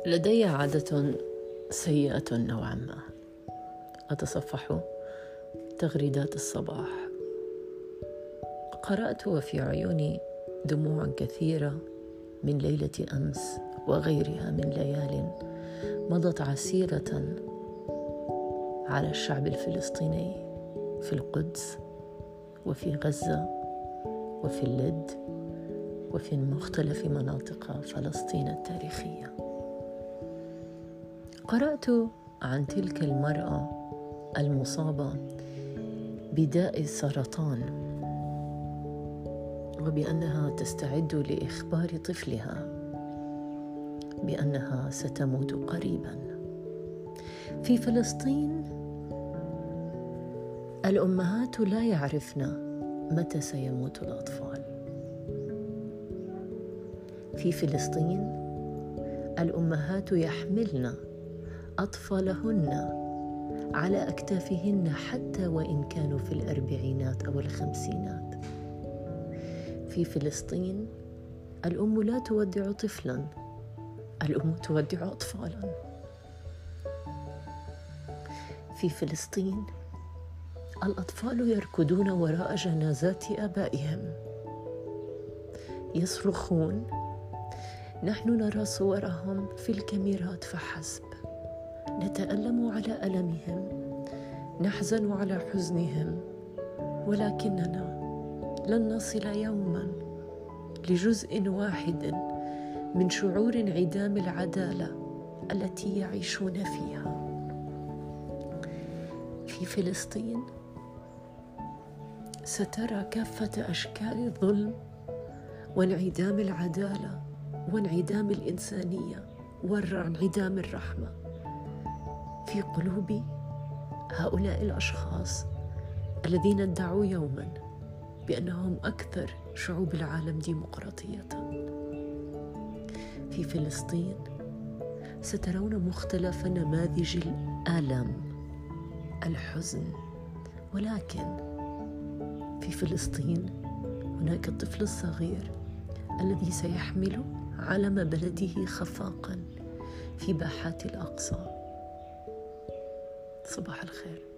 لدي عادة سيئة نوعا ما، أتصفح تغريدات الصباح. قرأت وفي عيوني دموع كثيرة من ليلة أمس وغيرها من ليال مضت عسيرة على الشعب الفلسطيني في القدس وفي غزة وفي اللد وفي مختلف مناطق فلسطين التاريخية. قرأت عن تلك المرأة المصابة بداء السرطان وبأنها تستعد لإخبار طفلها بأنها ستموت قريبا. في فلسطين الأمهات لا يعرفن متى سيموت الأطفال. في فلسطين الأمهات يحملن أطفالهن على أكتافهن حتى وإن كانوا في الأربعينات أو الخمسينات. في فلسطين الأم لا تودع طفلا، الأم تودع أطفالا. في فلسطين الأطفال يركضون وراء جنازات آبائهم يصرخون، نحن نرى صورهم في الكاميرات فحسب، نتألم على ألمهم، نحزن على حزنهم، ولكننا لن نصل يوما لجزء واحد من شعور انعدام العدالة التي يعيشون فيها. في فلسطين سترى كافة أشكال الظلم وانعدام العدالة وانعدام الإنسانية وانعدام الرحمة في قلوب هؤلاء الأشخاص الذين ادعوا يوما بأنهم أكثر شعوب العالم ديمقراطية. في فلسطين سترون مختلف نماذج الألم، الحزن، ولكن في فلسطين هناك الطفل الصغير الذي سيحمل علم بلده خفاقا في باحات الأقصى. صباح الخير.